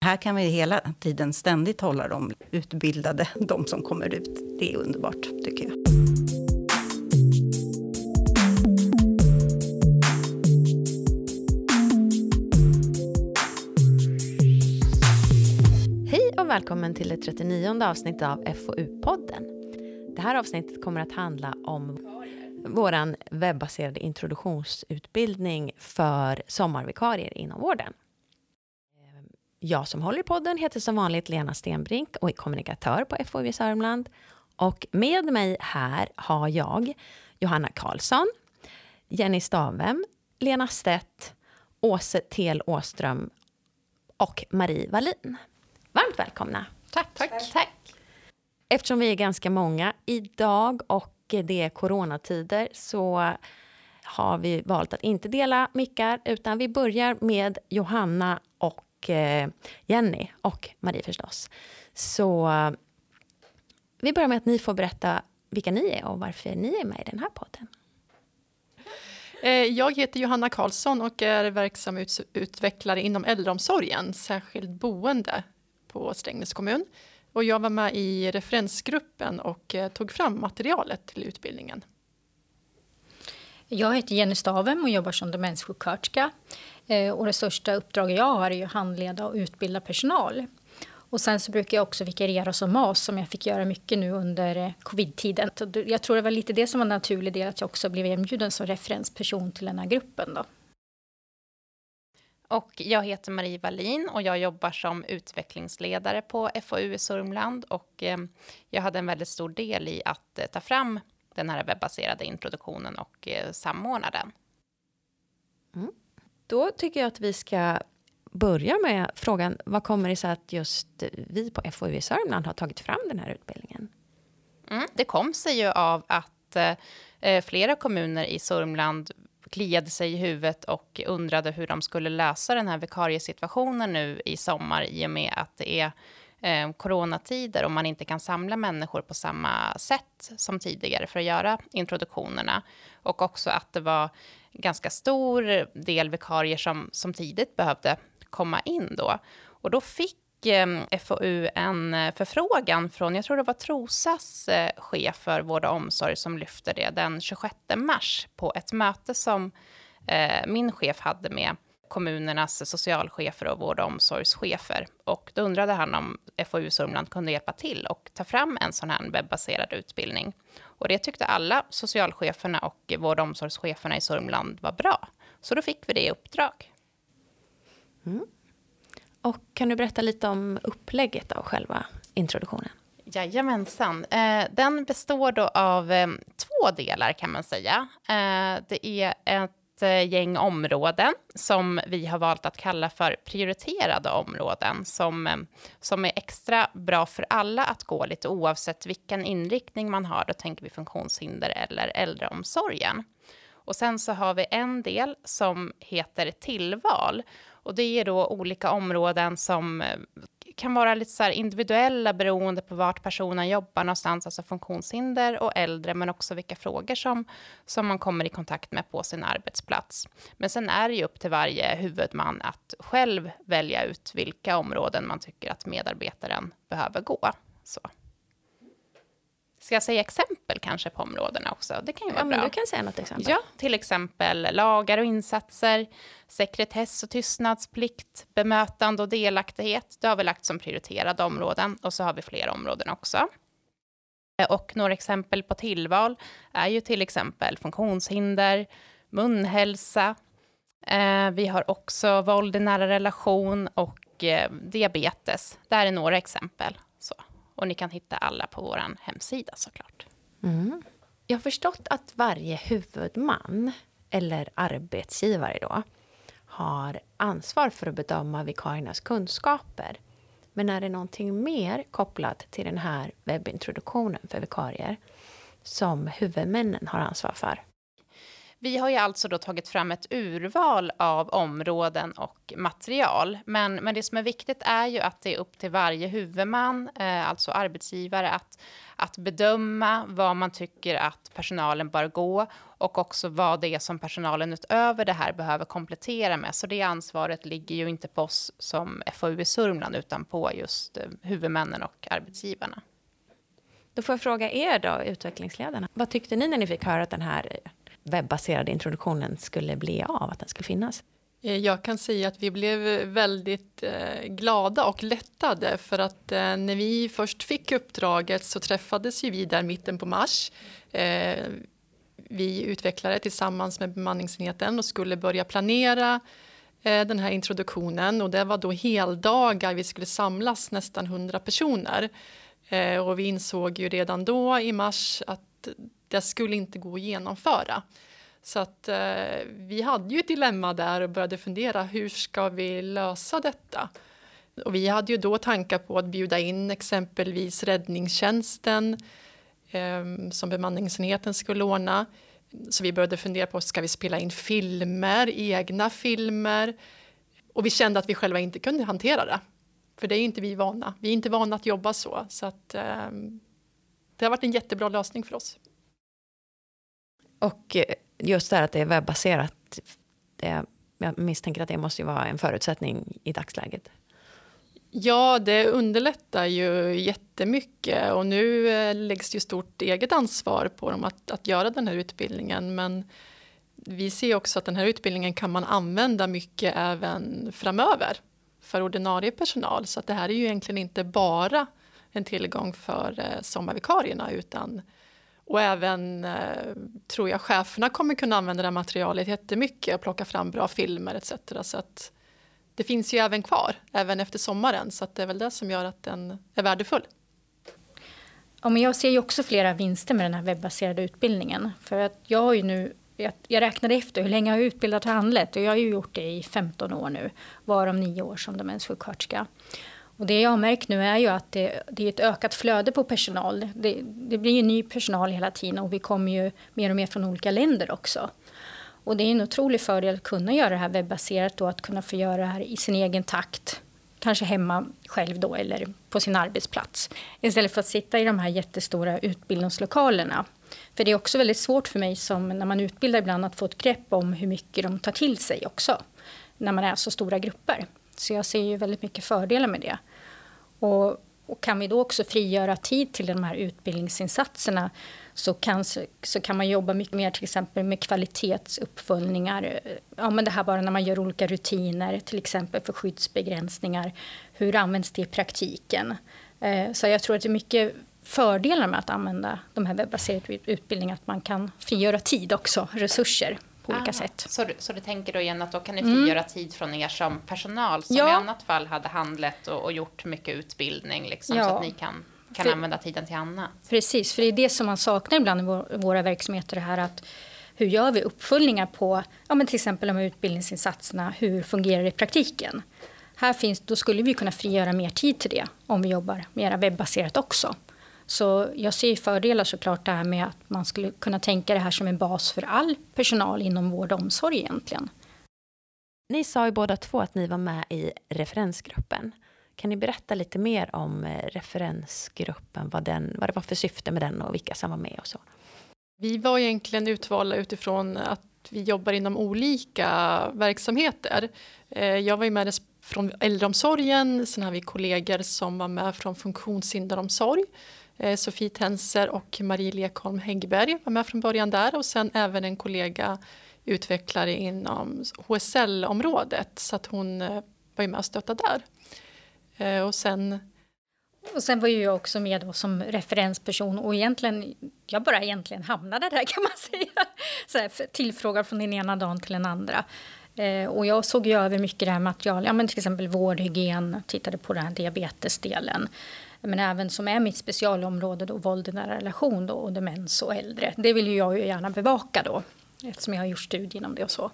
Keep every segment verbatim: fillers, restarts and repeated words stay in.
Här kan vi hela tiden ständigt hålla dem utbildade, de som kommer ut. Det är underbart, tycker jag. Hej och välkommen till det trettionionde avsnittet av F O U-podden. Det här avsnittet kommer att handla om våran webbaserade introduktionsutbildning för sommarvikarier inom vården. Jag som håller i podden heter som vanligt Lena Stenbrink och är kommunikatör på F O U i Sörmland. Och med mig här har jag Johanna Karlsson, Jenny Stavem, Lena Stedt, Åse Tel Åström och Marie Wallin. Varmt välkomna. Tack. Tack. Tack. Eftersom vi är ganska många idag och det är coronatider så har vi valt att inte dela mickar utan vi börjar med Johanna och Jenny och Marie förstås. Så vi börjar med att ni får berätta vilka ni är och varför ni är med i den här podden. Jag heter Johanna Karlsson och är verksam ut- utvecklare inom äldreomsorgen, särskilt boende på Strängnäs kommun. Och jag var med i referensgruppen och tog fram materialet till utbildningen. Jag heter Jenny Stavem och jobbar som demenssjuksköterska. Och det största uppdraget jag har är att handleda och utbilda personal. Och sen så brukar jag också vikariera som A S som jag fick göra mycket nu under covid-tiden. Jag tror det var lite det som var en naturlig del att jag också blev erbjuden som referensperson till den här gruppen då. Och jag heter Marie Wallin och jag jobbar som utvecklingsledare på F O U i Sörmland. Och eh, jag hade en väldigt stor del i att eh, ta fram den här webbaserade introduktionen och eh, samordna den. Mm. Då tycker jag att vi ska börja med frågan, vad kommer det sig att just vi på F O U i Sörmland har tagit fram den här utbildningen? Mm, det kom sig ju av att eh, flera kommuner i Sörmland kliade sig i huvudet och undrade hur de skulle lösa den här vikariesituationen nu i sommar i och med att det är eh, coronatider och man inte kan samla människor på samma sätt som tidigare för att göra introduktionerna. Och också att det var ganska stor del vikarier som, som tidigt behövde komma in då. Och då fick eh, F O U en förfrågan från, jag tror det var Trosas eh, chef för vård och omsorg som lyfte det den tjugosjätte mars på ett möte som eh, min chef hade med kommunernas socialchefer och vård- och omsorgschefer. Och då undrade han om F O U Sörmland kunde hjälpa till och ta fram en sån här webbaserad utbildning. Och det tyckte alla socialcheferna och vård- och omsorgscheferna i Sörmland var bra. Så då fick vi det i uppdrag. Mm. Och kan du berätta lite om upplägget av själva introduktionen? Jajamensan. Eh, den består då av eh, två delar kan man säga. Eh, det är ett eh, gäng områden som vi har valt att kalla för prioriterade områden som, eh, som är extra bra för alla att gå lite oavsett vilken inriktning man har. Då tänker vi funktionshinder eller äldreomsorgen. Och sen så har vi en del som heter tillval. Och det är då olika områden som kan vara lite så här individuella beroende på vart personen jobbar någonstans. Alltså funktionshinder och äldre men också vilka frågor som, som man kommer i kontakt med på sin arbetsplats. Men sen är det ju upp till varje huvudman att själv välja ut vilka områden man tycker att medarbetaren behöver gå. Så. Ska jag säga exempel kanske på områdena också? Det kan ju vara ja, bra. Men du kan säga något exempel. Ja, till exempel lagar och insatser, sekretess och tystnadsplikt, bemötande och delaktighet. Det har vi lagt som prioriterade områden och så har vi fler områden också. Och några exempel på tillval är ju till exempel funktionshinder, munhälsa. Eh, vi har också våld i nära relation och eh, diabetes. Det här är några exempel. Så. Och ni kan hitta alla på vår hemsida såklart. Mm. Jag har förstått att varje huvudman eller arbetsgivare då har ansvar för att bedöma vikariernas kunskaper. Men är det någonting mer kopplat till den här webbintroduktionen för vikarier som huvudmännen har ansvar för? Vi har ju alltså då tagit fram ett urval av områden och material. Men, men det som är viktigt är ju att det är upp till varje huvudman, eh, alltså arbetsgivare, att, att bedöma vad man tycker att personalen bör gå och också vad det är som personalen utöver det här behöver komplettera med. Så det ansvaret ligger ju inte på oss som F O U i Sörmland utan på just eh, huvudmännen och arbetsgivarna. Då får jag fråga er då, utvecklingsledarna. Vad tyckte ni när ni fick höra att den här webbaserade introduktionen skulle bli av, att den skulle finnas? Jag kan säga att vi blev väldigt eh, glada och lättade för att eh, när vi först fick uppdraget så träffades ju vi där mitten på mars. Eh, vi utvecklare tillsammans med bemanningsenheten och skulle börja planera eh, den här introduktionen, och det var då heldagar, vi skulle samlas nästan hundra personer. Eh, och vi insåg ju redan då i mars att det skulle inte gå att genomföra. Så att eh, vi hade ju ett dilemma där och började fundera, hur ska vi lösa detta? Och vi hade ju då tankar på att bjuda in exempelvis räddningstjänsten eh, som bemanningsenheten skulle ordna. Så vi började fundera på, ska vi spela in filmer, egna filmer? Och vi kände att vi själva inte kunde hantera det. För det är inte vi vana. Vi är inte vana att jobba så. Så att, eh, det har varit en jättebra lösning för oss. Och just det här att det är webbaserat, det, jag misstänker att det måste ju vara en förutsättning i dagsläget. Ja, det underlättar ju jättemycket, och nu läggs det ju stort eget ansvar på dem att, att göra den här utbildningen. Men vi ser också att den här utbildningen kan man använda mycket även framöver för ordinarie personal. Så att det här är ju egentligen inte bara en tillgång för eh, sommarvikarierna, utan och även eh, tror jag cheferna kommer kunna använda det här materialet jättemycket och plocka fram bra filmer et cetera. Så att det finns ju även kvar, även efter sommaren. Så att det är väl det som gör att den är värdefull. Ja, men jag ser ju också flera vinster med den här webbaserade utbildningen. För att jag har ju nu, jag, jag räknade efter hur länge jag har utbildat handlett. Och jag har ju gjort det i femton år nu, varav nio år som demenssjuksköterska. Och det jag har märkt nu är ju att det, det är ett ökat flöde på personal. Det, det blir ju ny personal hela tiden, och vi kommer ju mer och mer från olika länder också. Och det är en otrolig fördel att kunna göra det här webbaserat och att kunna få göra det här i sin egen takt. Kanske hemma själv då eller på sin arbetsplats. Istället för att sitta i de här jättestora utbildningslokalerna. För det är också väldigt svårt för mig som när man utbildar ibland att få ett grepp om hur mycket de tar till sig också. När man är så stora grupper. Så jag ser ju väldigt mycket fördelar med det. Och, och kan vi då också frigöra tid till de här utbildningsinsatserna, så kan, så kan man jobba mycket mer till exempel med kvalitetsuppföljningar. Ja, men det här bara när man gör olika rutiner, till exempel för skyddsbegränsningar. Hur används det i praktiken? Eh, så jag tror att det är mycket fördelar med att använda de här webbaserade utbildningarna, att man kan frigöra tid också, resurser. På olika ah, sätt. Så, så du tänker då igen att då kan ni frigöra mm. tid från er som personal som ja. i annat fall hade handlett och, och gjort mycket utbildning liksom, ja. så att ni kan, kan för, använda tiden till annat. Precis, för det är det som man saknar ibland i vår, våra verksamheter, det här att hur gör vi uppföljningar på ja, men till exempel de här utbildningsinsatserna, hur fungerar det i praktiken? Här finns, då skulle vi kunna frigöra mer tid till det om vi jobbar mer webbaserat också. Så jag ser fördelar såklart det här med att man skulle kunna tänka det här som en bas för all personal inom vård och omsorg egentligen. Ni sa ju båda två att ni var med i referensgruppen. Kan ni berätta lite mer om referensgruppen, vad, den, vad det var för syfte med den och vilka som var med och så? Vi var egentligen utvalda utifrån att vi jobbar inom olika verksamheter. Jag var ju med från äldreomsorgen, sen har vi kollegor som var med från funktionshinderomsorg. Sofie Tenser och Marie Lekholm Häggberg var med från början där, och sen även en kollega utvecklare inom H S L-området, så att hon var ju med och stöttade där. Och sen... Och sen var ju jag också med då som referensperson, och egentligen, jag bara egentligen hamnade där kan man säga. Så här, tillfrågad från den ena dagen till den andra. Eh, och jag såg ju över mycket det här materialet, ja, men till exempel vård, hygien, tittade på den här diabetesdelen. Men även som är mitt specialområde då, våld i nära relation då, och demens och äldre. Det vill ju jag ju gärna bevaka då, eftersom jag har gjort studier om det och så.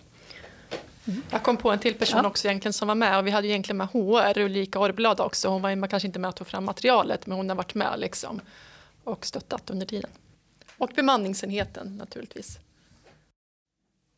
Mm. Jag kom på en till person ja. också egentligen som var med, och vi hade ju egentligen med H R, Ulrika Orblad också. Hon var kanske inte med att ta fram materialet, men hon har varit med liksom och stöttat under tiden. Och bemanningsenheten naturligtvis.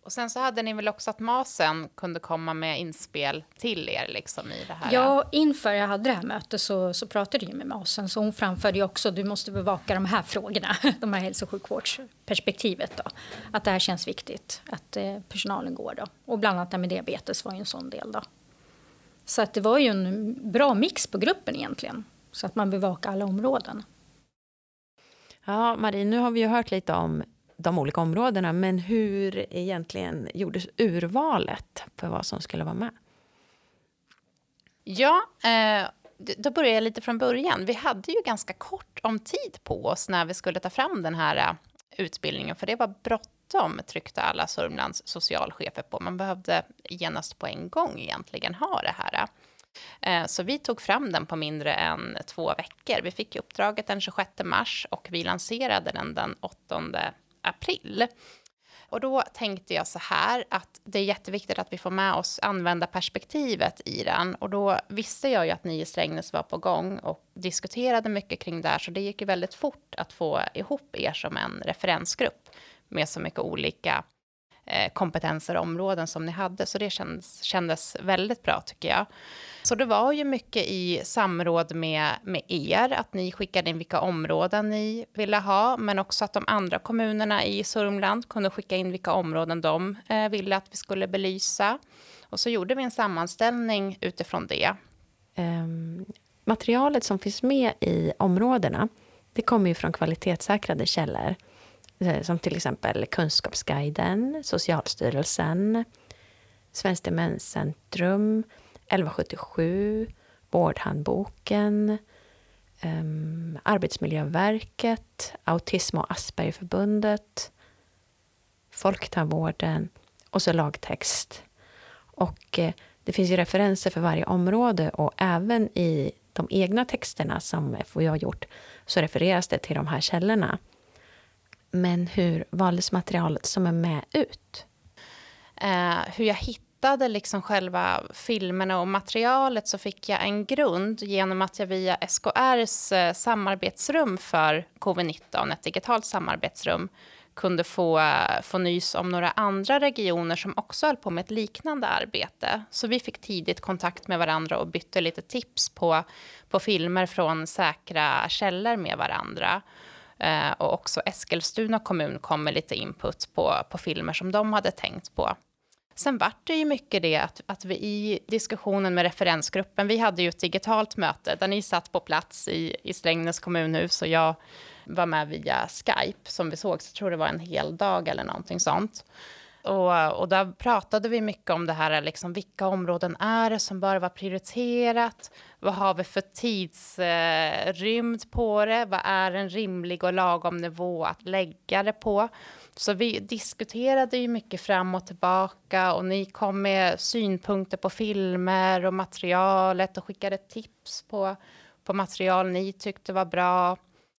Och sen så hade ni väl också att Masen kunde komma med inspel till er liksom i det här? Ja, inför jag hade det här mötet så, så pratade jag med Masen. Så hon framförde ju också, du måste bevaka de här frågorna, de här hälso- och sjukvårdsperspektivet då. Att det här känns viktigt, att eh, personalen går då. Och bland annat med diabetes var ju en sån del då. Så att det var ju en bra mix på gruppen egentligen. Så att man bevakar alla områden. Ja, Marie, nu har vi ju hört lite om de olika områdena, men hur egentligen gjordes urvalet för vad som skulle vara med? Ja, eh, då börjar jag lite från början. Vi hade ju ganska kort om tid på oss när vi skulle ta fram den här uh, utbildningen, för det var bråttom, tryckte alla Sörmlands socialchefer på. Man behövde genast på en gång egentligen ha det här. Uh. Så vi tog fram den på mindre än två veckor. Vi fick uppdraget den tjugosjätte mars och vi lanserade den den åttonde april. Och då tänkte jag så här att det är jätteviktigt att vi får med oss användarperspektivet i den. Och då visste jag ju att ni i Strängnäs var på gång och diskuterade mycket kring det här. Så det gick ju väldigt fort att få ihop er som en referensgrupp med så mycket olika eh, kompetenser och områden som ni hade. Så det kändes, kändes väldigt bra tycker jag. Så det var ju mycket i samråd med, med er, att ni skickade in vilka områden ni ville ha, men också att de andra kommunerna i Sörmland kunde skicka in vilka områden de eh, ville att vi skulle belysa. Och så gjorde vi en sammanställning utifrån det. Um, materialet som finns med i områdena, det kommer ju från kvalitetssäkrade källor, som till exempel Kunskapsguiden, Socialstyrelsen, Svenskt Demenscentrum, elva sjuttiosju, Vårdhandboken, um, Arbetsmiljöverket, Autism- och Aspergerförbundet, Folktandvården och så lagtext. Och eh, det finns ju referenser för varje område och även i de egna texterna som F O U har gjort så refereras det till de här källorna. Men hur valdes materialet som är med ut? Uh, hur jag hittade liksom själva filmerna och materialet så fick jag en grund genom att jag via S K R:s uh, samarbetsrum för covid nitton, ett digitalt samarbetsrum, kunde få, uh, få nys om några andra regioner som också höll på med ett liknande arbete. Så vi fick tidigt kontakt med varandra och bytte lite tips på, på filmer från säkra källor med varandra. Uh, och också Eskilstuna kommun kom med lite input på, på filmer som de hade tänkt på. Sen var det ju mycket det att, att vi i diskussionen med referensgruppen, vi hade ju ett digitalt möte där ni satt på plats i, i Strängnäs kommunhus och jag var med via Skype som vi såg, så jag tror det var en hel dag eller någonting sånt. Och, och där pratade vi mycket om det här, liksom, vilka områden är det som bör vara prioriterat? Vad har vi för tidsrymd eh, på det? Vad är en rimlig och lagom nivå att lägga det på? Så vi diskuterade ju mycket fram och tillbaka och ni kom med synpunkter på filmer och materialet och skickade tips på, på material ni tyckte var bra.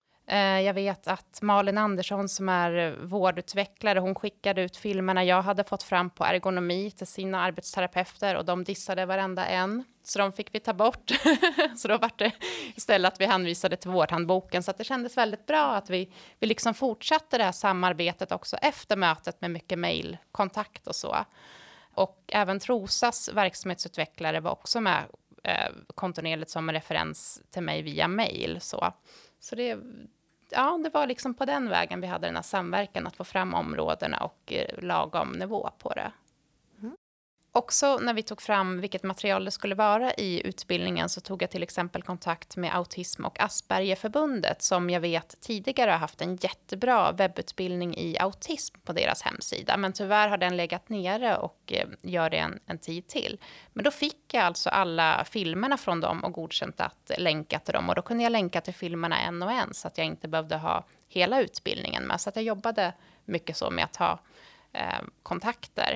Jag vet att Malin Andersson som är vårdutvecklare, hon skickade ut filmerna jag hade fått fram på ergonomi till sina arbetsterapeuter och de dissade varenda en. Så de fick vi ta bort. Så då var det istället att vi hänvisade till vårdhandboken. Så att det kändes väldigt bra att vi, vi liksom fortsatte det här samarbetet också efter mötet med mycket mejlkontakt och så. Och även Trosas verksamhetsutvecklare var också med eh, kontinuerligt som en referens till mig via mejl. Så. Så det, ja, det var liksom på den vägen vi hade den här samverkan att få fram områdena och eh, lagom nivå på det. Mm. Också när vi tog fram vilket material det skulle vara i utbildningen så tog jag till exempel kontakt med Autism- och Aspergerförbundet som jag vet tidigare har haft en jättebra webbutbildning i autism på deras hemsida. Men tyvärr har den legat nere och eh, gör det en, en tid till. Men då fick jag alltså alla filmerna från dem och godkänt att länka till dem. Och då kunde jag länka till filmerna en och en så att jag inte behövde ha hela utbildningen med. Så att jag jobbade mycket så med att ha eh, kontakter.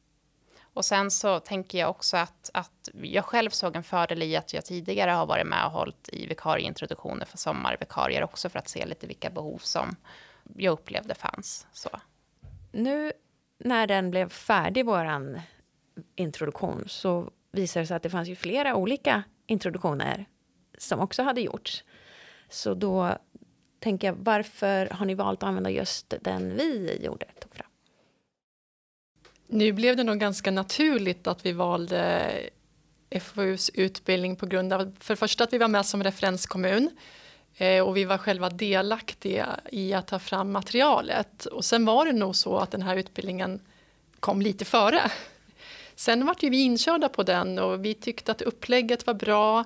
Och sen så tänker jag också att, att jag själv såg en fördel i att jag tidigare har varit med och hållit i vikarieintroduktioner för sommarvikarier också för att se lite vilka behov som jag upplevde fanns. Så. Nu när den blev färdig, våran introduktion, så visade det sig att det fanns ju flera olika introduktioner som också hade gjorts. Så då tänker jag, varför har ni valt att använda just den vi gjorde, tog fram? Nu blev det nog ganska naturligt att vi valde F O U:s utbildning på grund av för det första att vi var med som referenskommun eh, och vi var själva delaktiga i att ta fram materialet. Och sen var det nog så att den här utbildningen kom lite före. Sen var vi inkörda på den och vi tyckte att upplägget var bra.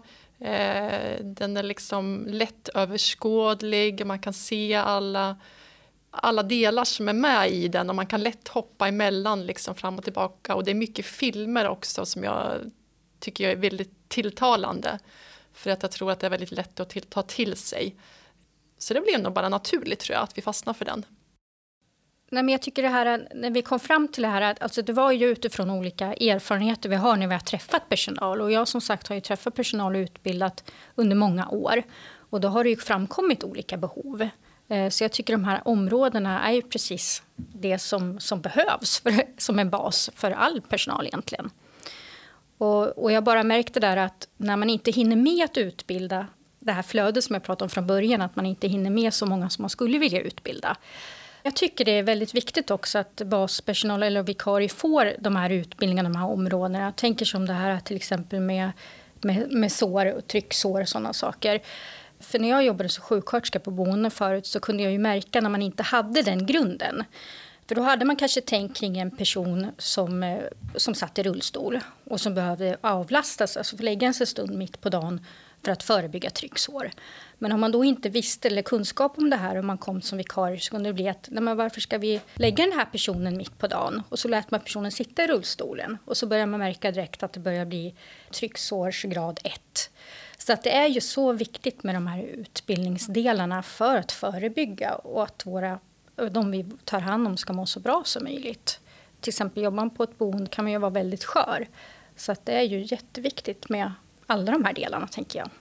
Eh, den är liksom lättöverskådlig, man kan se alla, alla delar som är med i den och man kan lätt hoppa emellan liksom fram och tillbaka. Och det är mycket filmer också som jag tycker jag är väldigt tilltalande. För att jag tror att det är väldigt lätt att till, ta till sig. Så det blev nog bara naturligt tror jag att vi fastnar för den. Nej, men jag tycker det här, när vi kom fram till det här, att, alltså det var ju utifrån olika erfarenheter vi har när vi har träffat personal. Och jag som sagt har ju träffat personal och utbildat under många år. Och då har det ju framkommit olika behov. Eh, så jag tycker de här områdena är ju precis det som, som behövs för, som en bas för all personal egentligen. Och, och jag bara märkte där att när man inte hinner med att utbilda det här flödet som jag pratade om från början, att man inte hinner med så många som man skulle vilja utbilda. Jag tycker det är väldigt viktigt också att baspersonal eller vikarier får de här utbildningarna, de här områdena. Jag tänker som det här till exempel med, med, med sår och trycksår och sådana saker. För när jag jobbade som sjuksköterska på boende förut så kunde jag ju märka när man inte hade den grunden. För då hade man kanske tänkt kring en person som, som satt i rullstol och som behövde avlastas, alltså få lägga en stund mitt på dagen för att förebygga trycksår. Men om man då inte visste eller kunskap om det här och man kom som vikarie så kunde det bli att nej, men varför ska vi lägga den här personen mitt på dagen? Och så lät man personen sitta i rullstolen och så börjar man märka direkt att det börjar bli trycksårsgrad ett. Så att det är ju så viktigt med de här utbildningsdelarna för att förebygga och att våra, de vi tar hand om ska må så bra som möjligt. Till exempel jobbar man på ett boende kan man ju vara väldigt skör. Så att det är ju jätteviktigt med alla de här delarna tänker jag.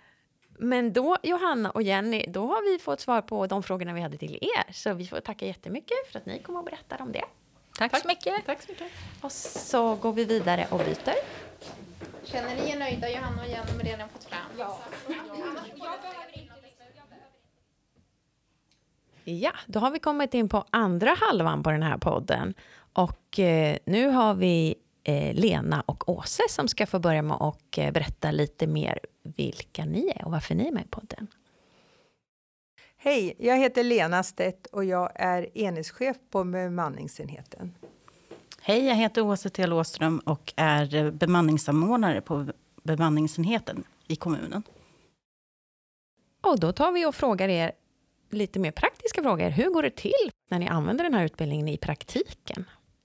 Men då, Johanna och Jenny, då har vi fått svar på de frågorna vi hade till er. Så vi får tacka jättemycket för att ni kom och berättade om det. Tack, Tack så mycket. Tack så mycket. Och så går vi vidare och byter. Känner ni er nöjda, Johanna och Jenny, med det ni har fått fram? Ja. Ja, då har vi kommit in på andra halvan på den här podden. Och eh, nu har vi eh, Lena och Åse som ska få börja med att eh, berätta lite mer vilka ni är och varför ni är med i podden. Hej, jag heter Lena Stedt och jag är enhetschef på bemanningsenheten. Hej, jag heter Åse T. Åström och är bemanningssamordnare på bemanningsenheten i kommunen. Och då tar vi och frågar er lite mer praktiska frågor. Hur går det till när ni använder den här utbildningen i praktiken?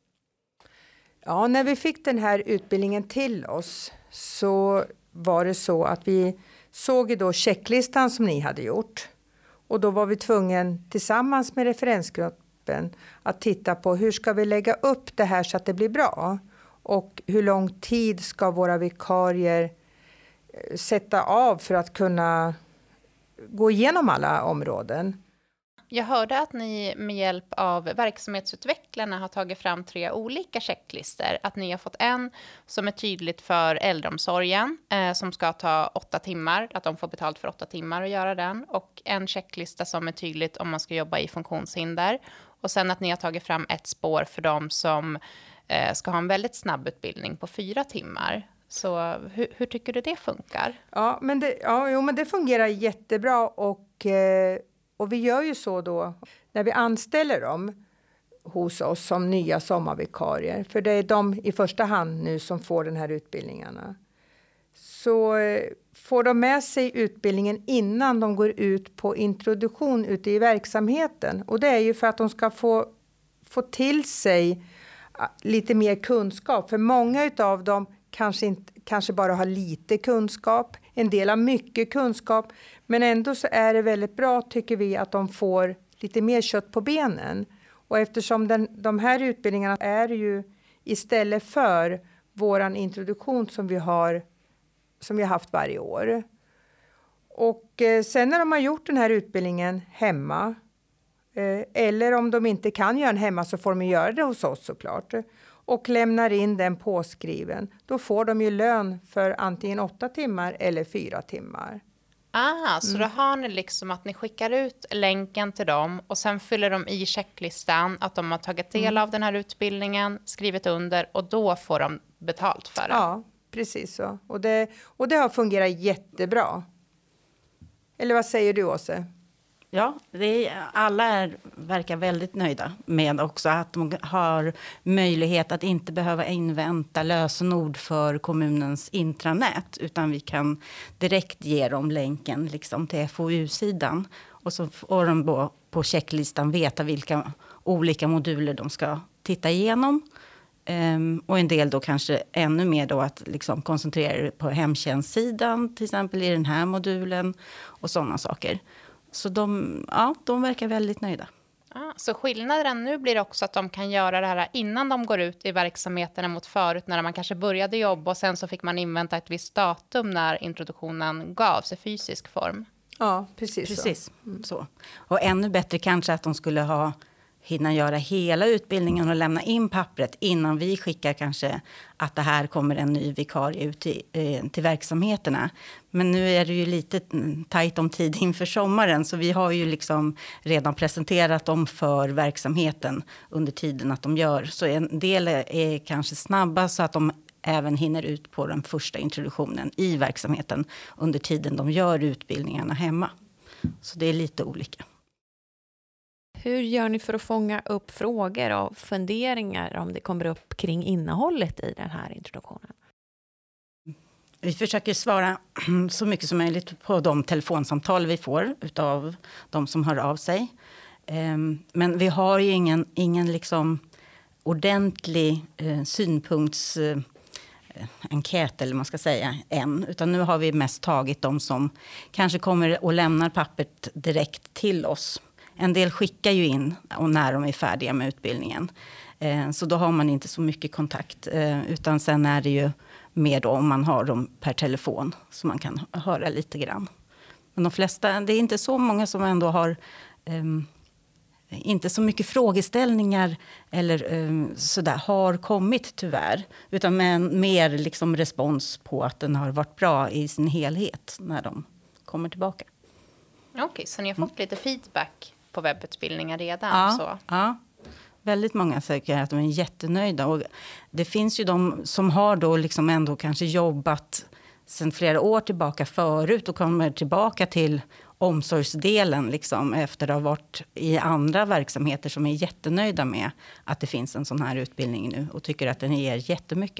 Ja, när vi fick den här utbildningen till oss så var det så att vi såg då checklistan som ni hade gjort. Och då var vi tvungen tillsammans med referensgruppen att titta på hur ska vi lägga upp det här så att det blir bra. Och hur lång tid ska våra vikarier sätta av för att kunna gå igenom alla områden. Jag hörde att ni med hjälp av verksamhetsutvecklarna har tagit fram tre olika checklister. Att ni har fått en som är tydligt för äldreomsorgen eh, som ska ta åtta timmar. Att de får betalt för åtta timmar att göra den. Och en checklista som är tydligt om man ska jobba i funktionshinder. Och sen att ni har tagit fram ett spår för dem som eh, ska ha en väldigt snabb utbildning på fyra timmar. Så hur, hur tycker du det funkar? Ja, men det, ja, jo, men det fungerar jättebra och, eh, och vi gör ju så då när vi anställer dem hos oss som nya sommarvikarier. För det är de i första hand nu som får den här utbildningarna. Så eh, får de med sig utbildningen innan de går ut på introduktion ute i verksamheten. Och det är ju för att de ska få, få till sig lite mer kunskap. För många utav dem Kanske, inte, kanske bara har lite kunskap. En del har mycket kunskap. Men ändå så är det väldigt bra tycker vi att de får lite mer kött på benen. Och eftersom den, de här utbildningarna är ju istället för våran introduktion som vi har, som vi har haft varje år. Och eh, sen när de har gjort den här utbildningen hemma. Eh, eller om de inte kan göra den hemma så får de göra det hos oss såklart. Och lämnar in den påskriven. Då får de ju lön för antingen åtta timmar eller fyra timmar. Ah, så Mm. då har ni liksom att ni skickar ut länken till dem och sen fyller de i checklistan att de har tagit del Mm. av den här utbildningen, skrivit under och då får de betalt för det. Ja, precis så. Och det, och det har fungerat jättebra. Eller vad säger du, Åse? Ja, det är, alla är, verkar väldigt nöjda med också att de har möjlighet att inte behöva invänta lösenord för kommunens intranät, utan vi kan direkt ge dem länken liksom till F O U-sidan. Och så får de på, på checklistan veta vilka olika moduler de ska titta igenom. Um, och en del då kanske ännu mer då att liksom koncentrera sig på hemtjänstsidan, till exempel i den här modulen och sådana saker. Så de, ja, de verkar väldigt nöjda. Ah, så skillnaden nu blir också att de kan göra det här innan de går ut i verksamheterna mot förut när man kanske började jobba och sen så fick man invänta ett visst datum när introduktionen gavs i fysisk form. Ja, precis, Precis så. Mm. så. Och ännu bättre kanske att de skulle ha hinna göra hela utbildningen och lämna in pappret innan vi skickar kanske att det här kommer en ny vikarie ut till, eh, till verksamheterna. Men nu är det ju lite tajt om tid inför sommaren, så vi har ju liksom redan presenterat dem för verksamheten under tiden att de gör. Så en del är, är kanske snabba så att de även hinner ut på den första introduktionen i verksamheten under tiden de gör utbildningarna hemma. Så det är lite olika. Hur gör ni för att fånga upp frågor och funderingar om det kommer upp kring innehållet i den här introduktionen? Vi försöker svara så mycket som möjligt på de telefonsamtal vi får av de som hör av sig. Men vi har ju ingen, ingen liksom ordentlig synpunktsenkät eller man ska säga än. Utan nu har vi mest tagit de som kanske kommer och lämnar pappret direkt till oss. En del skickar ju in och när de är färdiga med utbildningen. Eh, så då har man inte så mycket kontakt. Eh, utan sen är det ju mer då om man har dem per telefon. Så man kan höra lite grann. Men de flesta, det är inte så många som ändå har... Eh, inte så mycket frågeställningar eller eh, sådär har kommit tyvärr. Utan med, mer liksom respons på att den har varit bra i sin helhet när de kommer tillbaka. Okej, okay, så ni har fått mm. lite feedback på webbutbildningar redan? Ja, så. ja, väldigt många säger att de är jättenöjda. Och det finns ju de som har då liksom ändå kanske jobbat sedan flera år tillbaka förut och kommer tillbaka till omsorgsdelen liksom, efter att ha varit i andra verksamheter som är jättenöjda med att det finns en sån här utbildning nu och tycker att den ger jättemycket.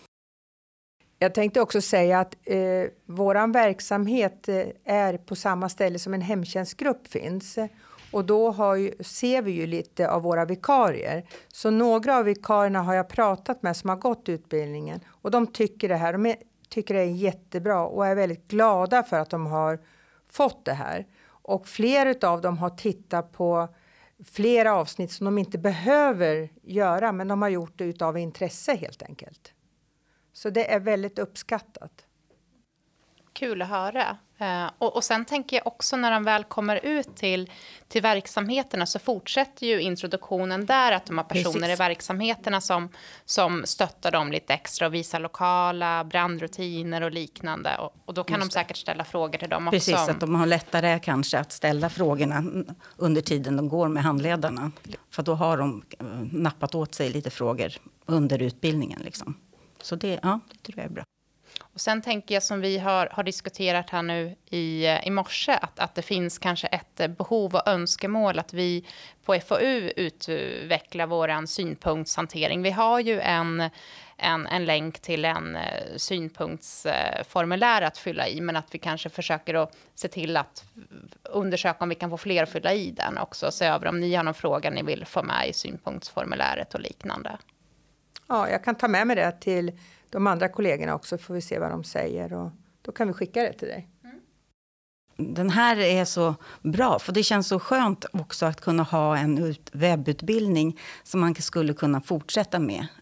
Jag tänkte också säga att eh, våran verksamhet eh, är på samma ställe som en hemtjänstgrupp finns. Och då har ju, ser vi ju lite av våra vikarier. Så några av vikarierna har jag pratat med som har gått utbildningen. Och de tycker det här, de är, tycker det är jättebra och är väldigt glada för att de har fått det här. Och flera av dem har tittat på flera avsnitt som de inte behöver göra. Men de har gjort det utav intresse helt enkelt. Så det är väldigt uppskattat. Kul att höra. Uh, och, och sen tänker jag också när de väl kommer ut till, till verksamheterna så fortsätter ju introduktionen där att de har personer Precis. i verksamheterna som, som stöttar dem lite extra och visar lokala brandrutiner och liknande. Och, och då kan Just de säkert ställa frågor till dem Precis, också. Precis, att de har lättare kanske att ställa frågorna under tiden de går med handledarna. För då har de nappat åt sig lite frågor under utbildningen liksom. Så det, ja, det tror jag är bra. Och sen tänker jag som vi har, har diskuterat här nu i, i morse att, att det finns kanske ett behov och önskemål att vi på F O U utvecklar våran synpunktshantering. Vi har ju en, en, en länk till en synpunktsformulär att fylla i, men att vi kanske försöker att se till att undersöka om vi kan få fler att fylla i den också. Se över om ni har någon fråga ni vill få med i synpunktsformuläret och liknande. Ja, jag kan ta med mig det till de andra kollegorna också, får vi se vad de säger och då kan vi skicka det till dig. Mm. Den här är så bra för det känns så skönt också att kunna ha en webbutbildning som man skulle kunna fortsätta med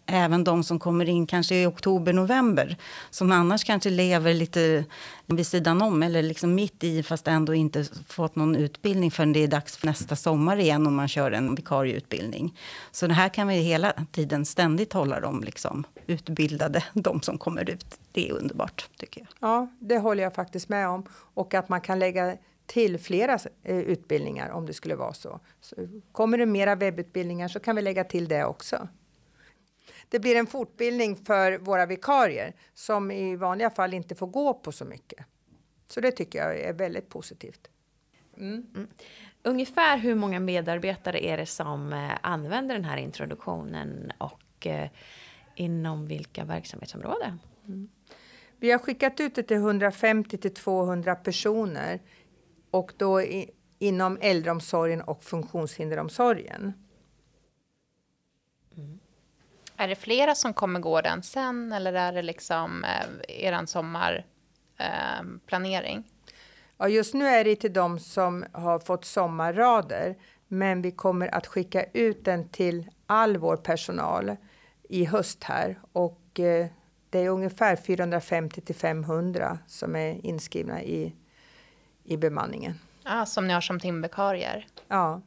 även de som kommer in kanske i oktober, november, som annars kanske lever lite vid sidan om eller liksom mitt i, fast ändå inte fått någon utbildning förrän det är dags för nästa sommar igen om man kör en vikarieutbildning. Så det här kan vi hela tiden ständigt hålla dem liksom utbildade, de som kommer ut. Det är underbart, tycker jag. Ja, det håller jag faktiskt med om. Och att man kan lägga till flera eh, utbildningar om det skulle vara så. Så kommer det mera webbutbildningar så kan vi lägga till det också. Det blir en fortbildning för våra vikarier som i vanliga fall inte får gå på så mycket. Så det tycker jag är väldigt positivt. Mm. Mm. Ungefär hur många medarbetare är det som eh, använder den här introduktionen och eh, inom vilka verksamhetsområden? Mm. Vi har skickat ut det till hundrafemtio till tvåhundra personer och då i, inom äldreomsorgen och funktionshinderomsorgen. Mm. Är det flera som kommer gå den sen eller är det liksom eh, eran sommarplanering? Eh, ja, just nu är det till de som har fått sommarrader, men vi kommer att skicka ut den till all vår personal i höst här och eh, det är ungefär fyrahundrafemtio till femhundra som är inskrivna i, i bemanningen. Ja, som ni har som timvikarier. Ja.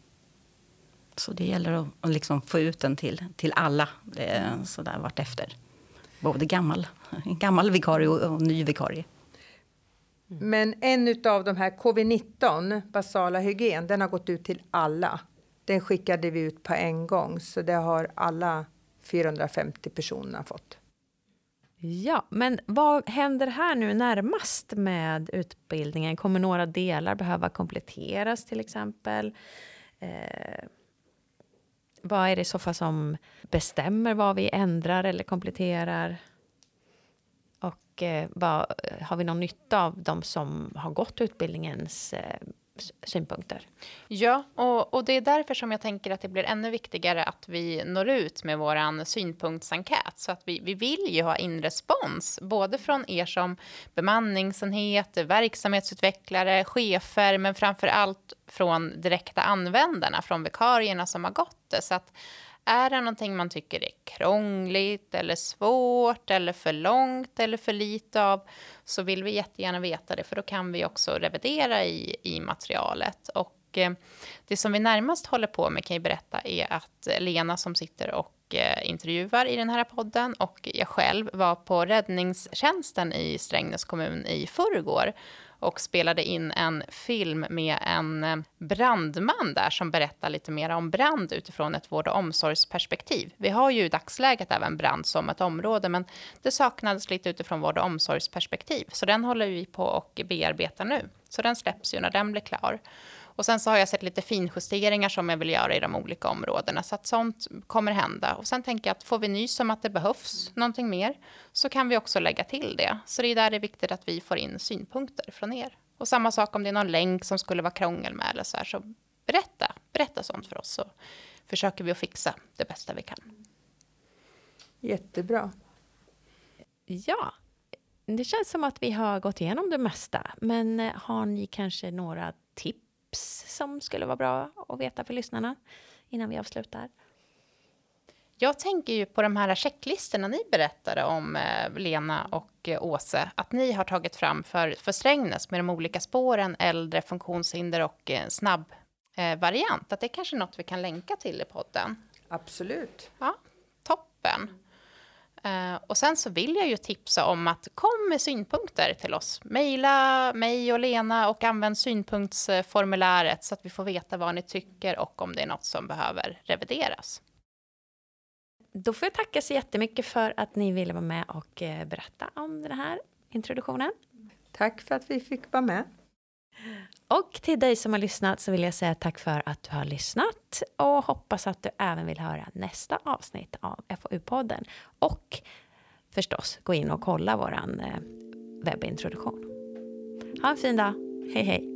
Så det gäller att, att liksom få ut den till, till alla eh, sådär vart efter. Både gammal, gammal vikarie och, och ny vikarie. Mm. Men en av de här covid nitton, basala hygien, den har gått ut till alla. Den skickade vi ut på en gång så det har alla fyrahundrafemtio personerna fått. Ja, men vad händer här nu närmast med utbildningen? Kommer några delar behöva kompletteras till exempel? Eh, vad är det i så fall som bestämmer vad vi ändrar eller kompletterar? Och eh, vad, har vi någon nytta av de som har gått utbildningens eh, synpunkter? Ja, och, och det är därför som jag tänker att det blir ännu viktigare att vi når ut med våran synpunktsenkät. Så att vi, vi vill ju ha in respons, både från er som bemanningsenhet, verksamhetsutvecklare, chefer, men framför allt från direkta användarna, från vikarierna som har gått det. Så att är det någonting man tycker är krångligt eller svårt eller för långt eller för lite av, så vill vi jättegärna veta det, för då kan vi också revidera i, i materialet. Och eh, det som vi närmast håller på med kan jag berätta är att Lena som sitter och eh, intervjuar i den här podden och jag själv var på räddningstjänsten i Strängnäs kommun i förrgår och spelade in en film med en brandman där som berättar lite mer om brand utifrån ett vård- och omsorgsperspektiv. Vi har ju i dagsläget även brand som ett område, men det saknades lite utifrån vård- och omsorgsperspektiv. Så den håller vi på och bearbetar nu. Så den släpps ju när den blir klar. Och sen så har jag sett lite finjusteringar som jag vill göra i de olika områdena. Så att sånt kommer hända. Och sen tänker jag att får vi nys om att det behövs någonting mer, så kan vi också lägga till det. Så det är där det är viktigt att vi får in synpunkter från er. Och samma sak om det är någon länk som skulle vara krångel med eller så här. Så berätta, berätta sånt för oss, så försöker vi att fixa det bästa vi kan. Jättebra. Ja, det känns som att vi har gått igenom det mesta. Men har ni kanske några tips som skulle vara bra att veta för lyssnarna innan vi avslutar? Jag tänker ju på de här checklistorna ni berättade om, eh, Lena och eh, Åse, att ni har tagit fram för, för Strängnäs med de olika spåren, äldre, funktionshinder och eh, snabb eh, variant. Att det är kanske något vi kan länka till i podden. Absolut. Ja, toppen. Uh, och sen så vill jag ju tipsa om att kom med synpunkter till oss. Maila mig och Lena och använd synpunktsformuläret så att vi får veta vad ni tycker och om det är något som behöver revideras. Då får jag tacka så jättemycket för att ni ville vara med och uh, berätta om den här introduktionen. Tack för att vi fick vara med. Och till dig som har lyssnat så vill jag säga tack för att du har lyssnat och hoppas att du även vill höra nästa avsnitt av F O U-podden. Och förstås gå in och kolla våran webbintroduktion. Ha en fin dag. Hej hej!